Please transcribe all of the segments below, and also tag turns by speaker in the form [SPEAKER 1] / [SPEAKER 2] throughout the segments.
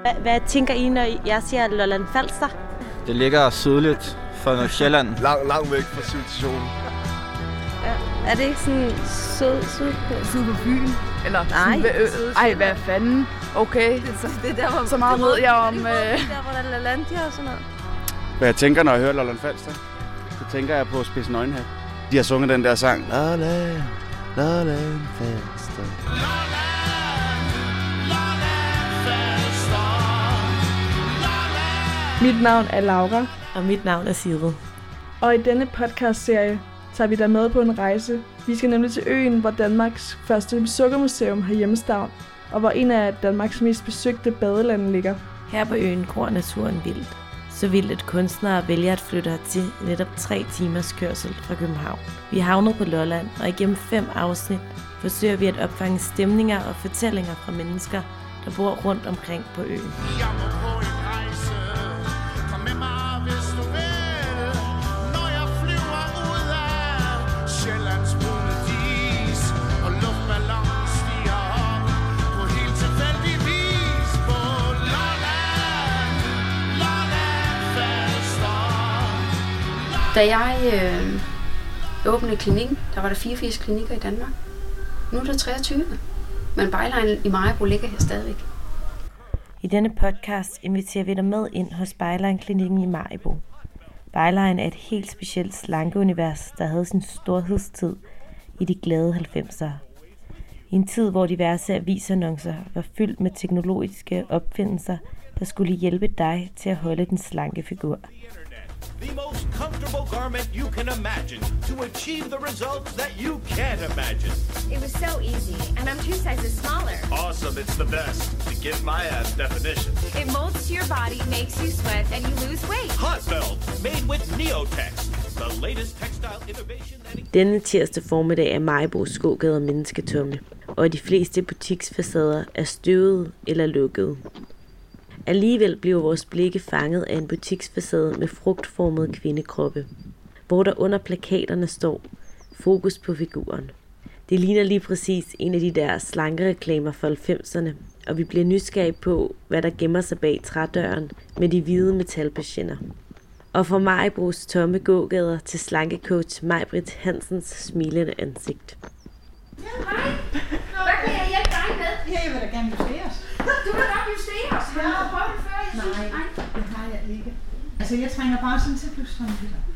[SPEAKER 1] Hvad tænker I, når jeg siger Lolland Falster?
[SPEAKER 2] Det ligger sydligt for Nordsjælland.
[SPEAKER 3] Langt væk fra civilisationen.
[SPEAKER 1] Ja. Er det ikke sådan
[SPEAKER 4] Syd på Fyn? Eller
[SPEAKER 1] nej.
[SPEAKER 4] Hvad fanden? Okay.
[SPEAKER 1] Det der, hvor,
[SPEAKER 4] så meget ved jeg om...
[SPEAKER 1] der, hvor der er Lalandia og sådan noget.
[SPEAKER 5] Hvad jeg tænker, når jeg hører Lolland Falster, så tænker jeg på Spidsen Øjenhat. De har sunget den der sang. Lolland Falster.
[SPEAKER 6] Mit navn er Laura.
[SPEAKER 1] Og mit navn er Sigrid.
[SPEAKER 6] Og i denne podcastserie tager vi dig med på en rejse. Vi skal nemlig til øen, hvor Danmarks første sukkermuseum har hjemstavn, og hvor en af Danmarks mest besøgte badelande ligger.
[SPEAKER 1] Her på øen gror naturen vildt. Så vildt, at kunstnere vælger at flytte hertil netop 3 timers kørsel fra København. Vi er havnet på Lolland, og igennem 5 afsnit forsøger vi at opfange stemninger og fortællinger fra mennesker, der bor rundt omkring på øen.
[SPEAKER 7] Da jeg åbnede klinikken, der var der 84 klinikker i Danmark. Nu er der 23, men Byline i Maribo ligger her stadigvæk.
[SPEAKER 1] I denne podcast inviterer vi dig med ind hos Byline-klinikken i Maribo. Byline er et helt specielt slankeunivers, der havde sin storhedstid i de glade 90'ere. I en tid, hvor diverse avisannoncer var fyldt med teknologiske opfindelser, der skulle hjælpe dig til at holde den slanke figur.
[SPEAKER 8] The most comfortable garment you can imagine to achieve the results that you can't imagine.
[SPEAKER 9] It was so easy, and I'm 2 sizes smaller.
[SPEAKER 8] Awesome, it's the best. To give my ass definition.
[SPEAKER 9] It molds to your body, makes you sweat, and you lose weight.
[SPEAKER 8] Hot Belt, made with Neotex, the latest textile innovation.
[SPEAKER 1] Denne tirsdag formiddag er Maribos gågader mennesketomme, og de fleste butiksfacader er støvede eller lukkede. Alligevel bliver vores blikke fanget af en butiksfacade med frugtformede kvindekroppe, hvor der under plakaterne står fokus på figuren. Det ligner lige præcis en af de der slankereklamer fra 90'erne, og vi bliver nysgerrige på, hvad der gemmer sig bag trædøren med de hvide metalpersienner. Og fra Maribos tomme gågader til slankecoach Maj-Britt Hansens smilende ansigt.
[SPEAKER 7] Ja, hej. Hvad kan jeg hjælpe dig med?
[SPEAKER 10] Ja, jeg vil da gerne justeres.
[SPEAKER 7] Du vil godt justere os. Har du prøvet det før?
[SPEAKER 10] Nej, det har jeg ikke. Altså, jeg trænger bare sådan til pludselig.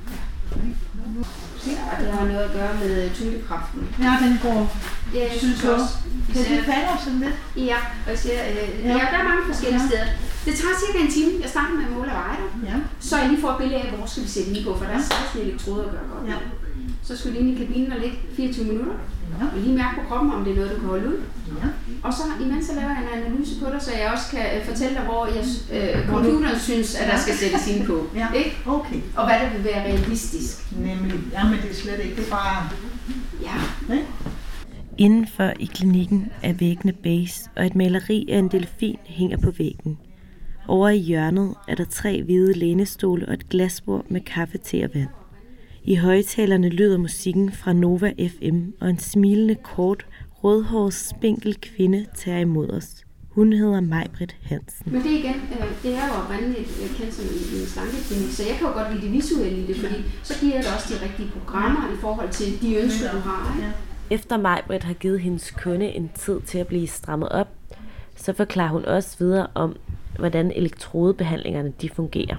[SPEAKER 7] Det har noget at gøre med tyngdekraften.
[SPEAKER 10] Ja, den går.
[SPEAKER 7] Ja, jeg synes også.
[SPEAKER 10] Det falder sådan lidt.
[SPEAKER 7] Ja, og jeg siger, der er mange forskellige steder. Det tager cirka en time. Jeg starter med at måle og veje dig. Ja. Så jeg lige får et billede af, hvor skal vi sætte lige på, for der er 16 elektroder at gøre godt. Ja. Så skal du lige ind i kabinen og ligge 24 minutter. Ja. Og lige mærke på kroppen, om det er noget, du kan holde ud. Ja. Og så imens så laver jeg en analyse på dig, så jeg også kan fortælle dig, hvor computeren synes, at der skal sættes ind på.
[SPEAKER 10] Ja.
[SPEAKER 7] Ikke?
[SPEAKER 10] Okay.
[SPEAKER 7] Og hvad der vil være realistisk.
[SPEAKER 10] Nemlig. Jamen, det er slet ikke. Det er bare...
[SPEAKER 7] Ja.
[SPEAKER 10] Ne?
[SPEAKER 1] Indenfor i klinikken er væggene beige, og et maleri af en delfin hænger på væggen. Over i hjørnet er der 3 hvide lænestole og et glasbord med kaffe, te og vand. I højtalerne lyder musikken fra Nova FM, og en smilende, kort, rødhåret, spinkel kvinde tager imod os. Hun hedder Maj-Britt Hansen.
[SPEAKER 7] Men det igen, det er jo oprindeligt kendt som en slankeklinik, så jeg kan jo godt lide det visuelle i det, fordi så giver det også de rigtige programmer i forhold til de ønsker, du har. Ikke?
[SPEAKER 1] Efter Maj-Britt har givet hendes kunde en tid til at blive strammet op, så forklarer hun også videre om, hvordan elektrodebehandlingerne de fungerer.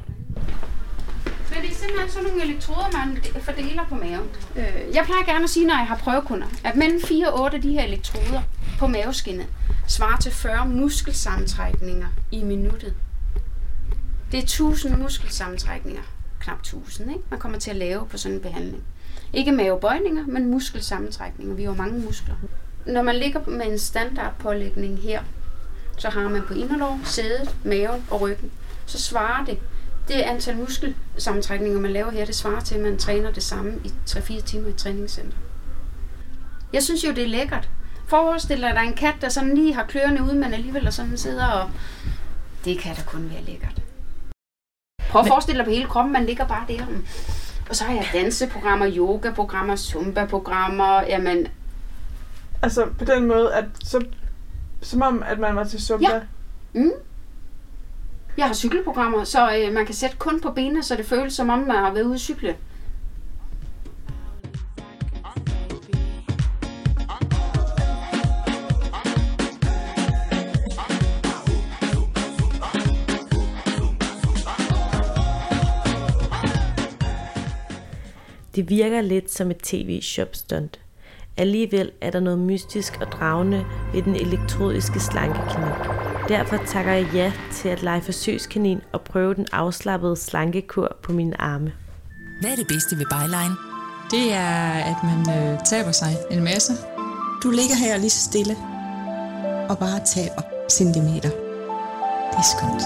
[SPEAKER 7] Men det er simpelthen sådan nogle elektroder, man fordeler på maven. Jeg plejer gerne at sige, når jeg har prøvekunder, at mellem 4 og 8 af de her elektroder på maveskinnet svarer til 40 muskelsammentrækninger i minuttet. Det er 1000 muskelsammentrækninger, knap 1000, ikke? Man kommer til at lave på sådan en behandling. Ikke mavebøjninger, men muskelsammentrækninger. Vi har mange muskler. Når man ligger med en standardpålægning her, så har man på inderlov, sædet, maven og ryggen. Så svarer det antal muskelsammentrækninger, man laver her, det svarer til, at man træner det samme i 3-4 timer i et træningscenter. Jeg synes jo, det er lækkert. Forestil dig, at der er en kat, der sådan lige har kløerne ude, men alligevel sådan sidder og... Det kan da kun være lækkert. Prøv at forestille dig på hele kroppen, man ligger bare der. Og så har jeg danseprogrammer, yogaprogrammer, zumba-programmer, jamen...
[SPEAKER 6] Altså på den måde, at så, som om, at man var til zumba?
[SPEAKER 7] Ja. Mm. Jeg har cykelprogrammer, så man kan sætte kun på benene, så det føles som om man har været ude at cykle.
[SPEAKER 1] Det virker lidt som et tv-shopstunt. Alligevel er der noget mystisk og dragende ved den elektrodiske slankeklinik. Derfor takker jeg ja til at lege forsøgskanin og prøve den afslappede slankekur på mine arme.
[SPEAKER 11] Hvad er det bedste ved Byline? Det er, at man taber sig en masse. Du ligger her lige så stille og bare taber centimeter. Det er skønt.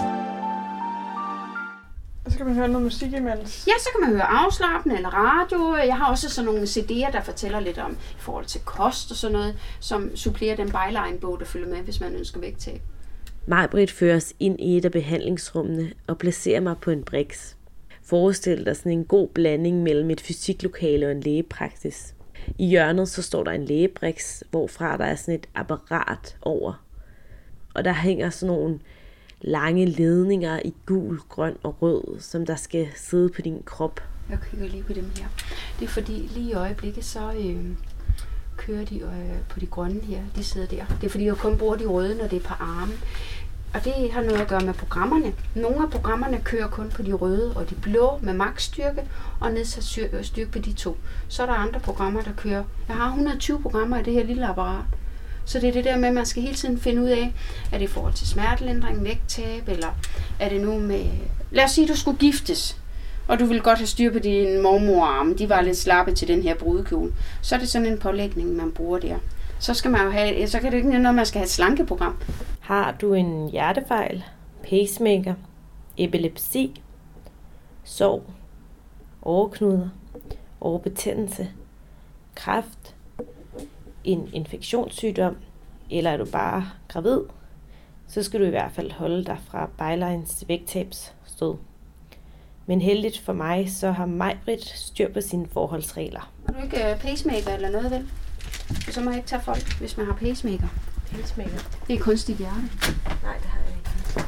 [SPEAKER 6] Og så kan man høre noget musik imens.
[SPEAKER 7] Ja, så kan man høre afslappende eller radio. Jeg har også sådan nogle CD'er, der fortæller lidt om i forhold til kost og sådan noget, som supplerer den Byline-bog, der følger med, hvis man ønsker vægttab.
[SPEAKER 1] Maj-Britt føres ind i et af behandlingsrummene og placerer mig på en briks. Forestil dig sådan en god blanding mellem et fysiklokale og en lægepraksis. I hjørnet så står der en lægebriks, hvorfra der er sådan et apparat over. Og der hænger sådan nogle lange ledninger i gul, grøn og rød, som der skal sidde på din krop.
[SPEAKER 7] Jeg kigger lige på dem her. Det er fordi lige i øjeblikket, så kører de på de grønne her. De sidder der. Det er fordi, jeg kun bruger de røde, når det er på armen. Og det har noget at gøre med programmerne. Nogle af programmerne kører kun på de røde og de blå med maksstyrke og nedsat styrke på de to. Så er der andre programmer, der kører. Jeg har 120 programmer i det her lille apparat. Så det er det der med, at man skal hele tiden finde ud af, er det i forhold til smertelindring, vægttab, eller er det nu med... Lad os sige, at du skulle giftes, og du ville godt have styr på din mormorarme. De var lidt slappe til den her brudekjole. Så er det sådan en pålægning, man bruger der. Så skal man jo have, så kan det ikke noget, når man skal have et slankeprogram.
[SPEAKER 1] Har du en hjertefejl, pacemaker, epilepsi, sorg, åreknuder, årebetændelse, kræft, en infektionssygdom, eller er du bare gravid, så skal du i hvert fald holde dig fra Bylines vægttabsstød. Men heldigt for mig, så har Maj-Britt styr på sine forholdsregler.
[SPEAKER 7] Har du ikke pacemaker eller noget, vel? Så må jeg ikke tage folk, hvis man har pacemaker.
[SPEAKER 1] Pacemaker?
[SPEAKER 7] Det er kunstigt hjerte.
[SPEAKER 1] Nej, det har jeg ikke.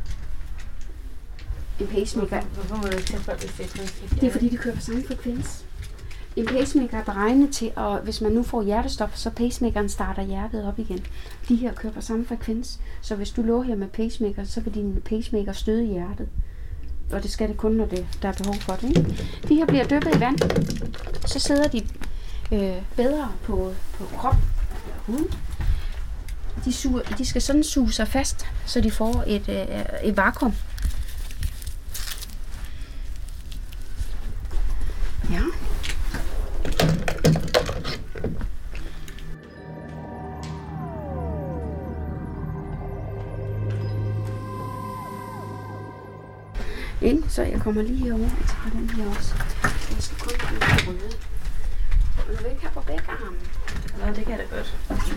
[SPEAKER 7] En pacemaker.
[SPEAKER 1] Hvorfor må du ikke tage folk, hvis det er kunstigt hjerte?
[SPEAKER 7] Det er fordi, de kører på samme frekvens. En pacemaker er beregnet til, at hvis man nu får hjertestop, så pacemakeren starter hjertet op igen. De her kører på samme frekvens, så hvis du lå her med pacemaker, så vil din pacemaker støde hjertet. Og det skal det kun, når der er behov for det. Ikke? De her bliver dyppet i vand, så sidder de bedre på krop eller hud. De skal sådan suge sig fast, så de får et vakuum. Ja. Ind, så jeg kommer lige herover. Jeg tager den her også. Jeg skal kun have den røde. Og du vil ikke have på begge arme.
[SPEAKER 1] Nå, det kan det godt.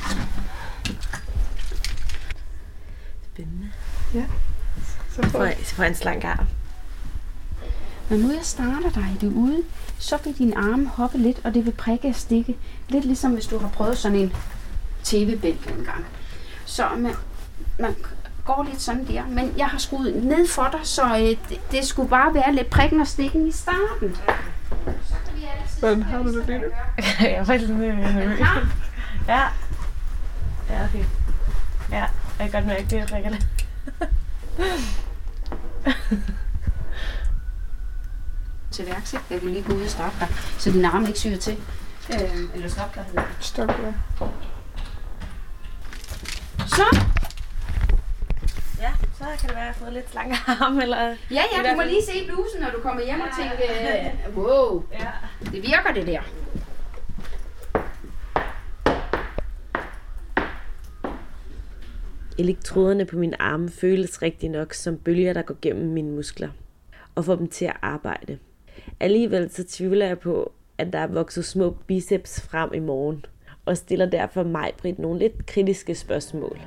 [SPEAKER 1] Spændende.
[SPEAKER 6] Ja.
[SPEAKER 1] Så får jeg en slank arm.
[SPEAKER 7] Når nu jeg starter dig derude, så vil din arme hoppe lidt, og det vil prikke og stikke. Lidt ligesom hvis du har prøvet sådan en tv-bælte engang. Så man går lidt sådan der, men jeg har skruet ned for dig, så det skulle bare være lidt prikken og stikken i starten.
[SPEAKER 6] Hvordan har du det lige?
[SPEAKER 1] Jeg er faktisk nervøs. Ja. Ja, okay. Ja, jeg kan godt mærke, det jeg prikker det.
[SPEAKER 7] Til værks, ikke? Jeg vil lige gå ud og stoppe dig, så din arme ikke syrer til. Eller stop dig.
[SPEAKER 6] Stop dig.
[SPEAKER 7] Så!
[SPEAKER 1] Ja, så kan det være, at jeg har fået lidt slanke arme, eller...
[SPEAKER 7] Ja, du må lige se blusen, når du kommer hjem og tænker, wow,
[SPEAKER 1] ja.
[SPEAKER 7] Det virker det der.
[SPEAKER 1] Elektroderne på mine arme føles rigtig nok som bølger, der går gennem mine muskler og får dem til at arbejde. Alligevel så tvivler jeg på, at der er vokset små biceps frem i morgen, og stiller derfor Maj-Britt nogle lidt kritiske spørgsmål.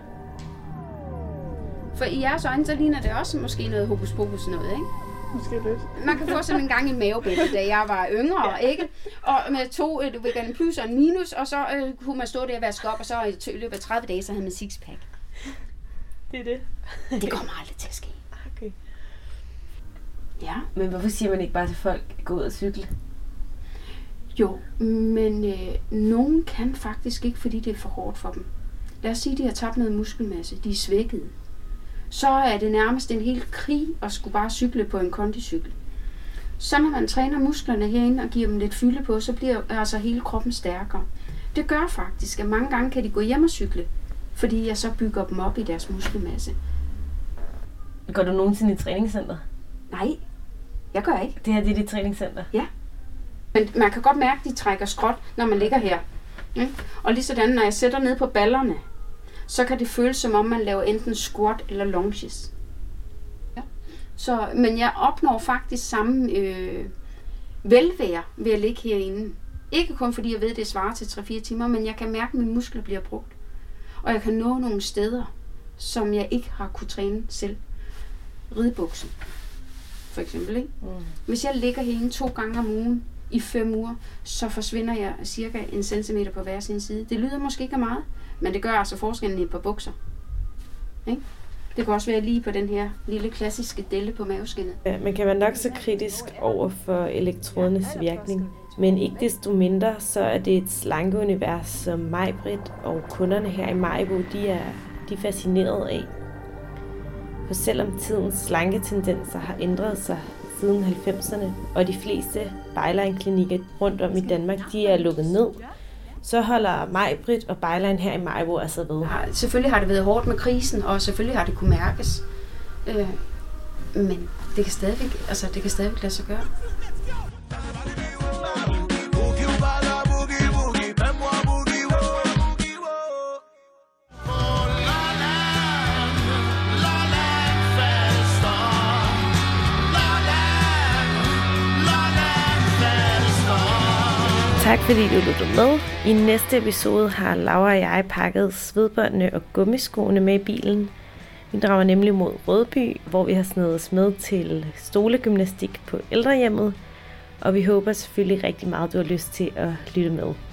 [SPEAKER 7] For i jeres øjne, så ligner det også måske noget hokus pokus noget, ikke?
[SPEAKER 6] Måske lidt.
[SPEAKER 7] Man kan få sådan en gang en mavebælte, da jeg var yngre, ikke? Og med to en plus og en minus, og så kunne man stå der og vaske op, og så i løbet af 30 dage, så havde man sixpack.
[SPEAKER 1] Det er det.
[SPEAKER 7] Det kommer aldrig til at ske.
[SPEAKER 1] Okay.
[SPEAKER 7] Ja.
[SPEAKER 1] Men hvorfor siger man ikke bare til folk, gå ud og cykle?
[SPEAKER 7] Jo, men nogen kan faktisk ikke, fordi det er for hårdt for dem. Lad os sige, at de har tabt noget muskelmasse. De er svækkede. Så er det nærmest en hel krig at skulle bare cykle på en kondicykel. Så når man træner musklerne herinde og giver dem lidt fylde på, så bliver altså hele kroppen stærkere. Det gør faktisk, at mange gange kan de gå hjem og cykle, fordi jeg så bygger dem op i deres muskelmasse.
[SPEAKER 1] Går du nogensinde i træningscenter?
[SPEAKER 7] Nej, jeg gør ikke.
[SPEAKER 1] Det her, det er dit træningscenter?
[SPEAKER 7] Ja. Men man kan godt mærke, at de trækker skråt, når man ligger her. Og lige sådan, når jeg sætter ned på ballerne, så kan det føles, som om man laver enten squat eller lunges. Ja. Men jeg opnår faktisk samme velvære ved at ligge herinde. Ikke kun fordi jeg ved, at det svarer til 3-4 timer, men jeg kan mærke, at mine muskler bliver brugt. Og jeg kan nå nogle steder, som jeg ikke har kunne træne selv. Ridebuksen, for eksempel. Ikke? Hvis jeg ligger herinde 2 gange om ugen i 5 uger, så forsvinder jeg cirka 1 centimeter på hver sin side. Det lyder måske ikke af meget, men det gør altså forskellen i et par bukser. Ikke? Det kan også være lige på den her lille klassiske delle på maveskinnet.
[SPEAKER 1] Ja, man kan være nok så kritisk over for elektrodernes virkning, men ikke desto mindre, så er det et slankeunivers, som Maj-Britt og kunderne her i Maribo, de er fascineret af. For selvom tidens slanketendenser har ændret sig siden 90'erne, og de fleste Byline-klinikker rundt om i Danmark, de er lukket ned, så holder Maj-Britt og Byline her i Maribo altså ved.
[SPEAKER 7] Ja, selvfølgelig har det været hårdt med krisen, og selvfølgelig har det kunne mærkes. Men det kan stadigvæk lade sig gøre.
[SPEAKER 1] Tak fordi du lyttede med. I næste episode har Laura og jeg pakket svedbåndene og gummiskoene med i bilen. Vi drager nemlig mod Rødby, hvor vi har snedet os med til stolegymnastik på ældrehjemmet. Og vi håber selvfølgelig rigtig meget, du har lyst til at lytte med.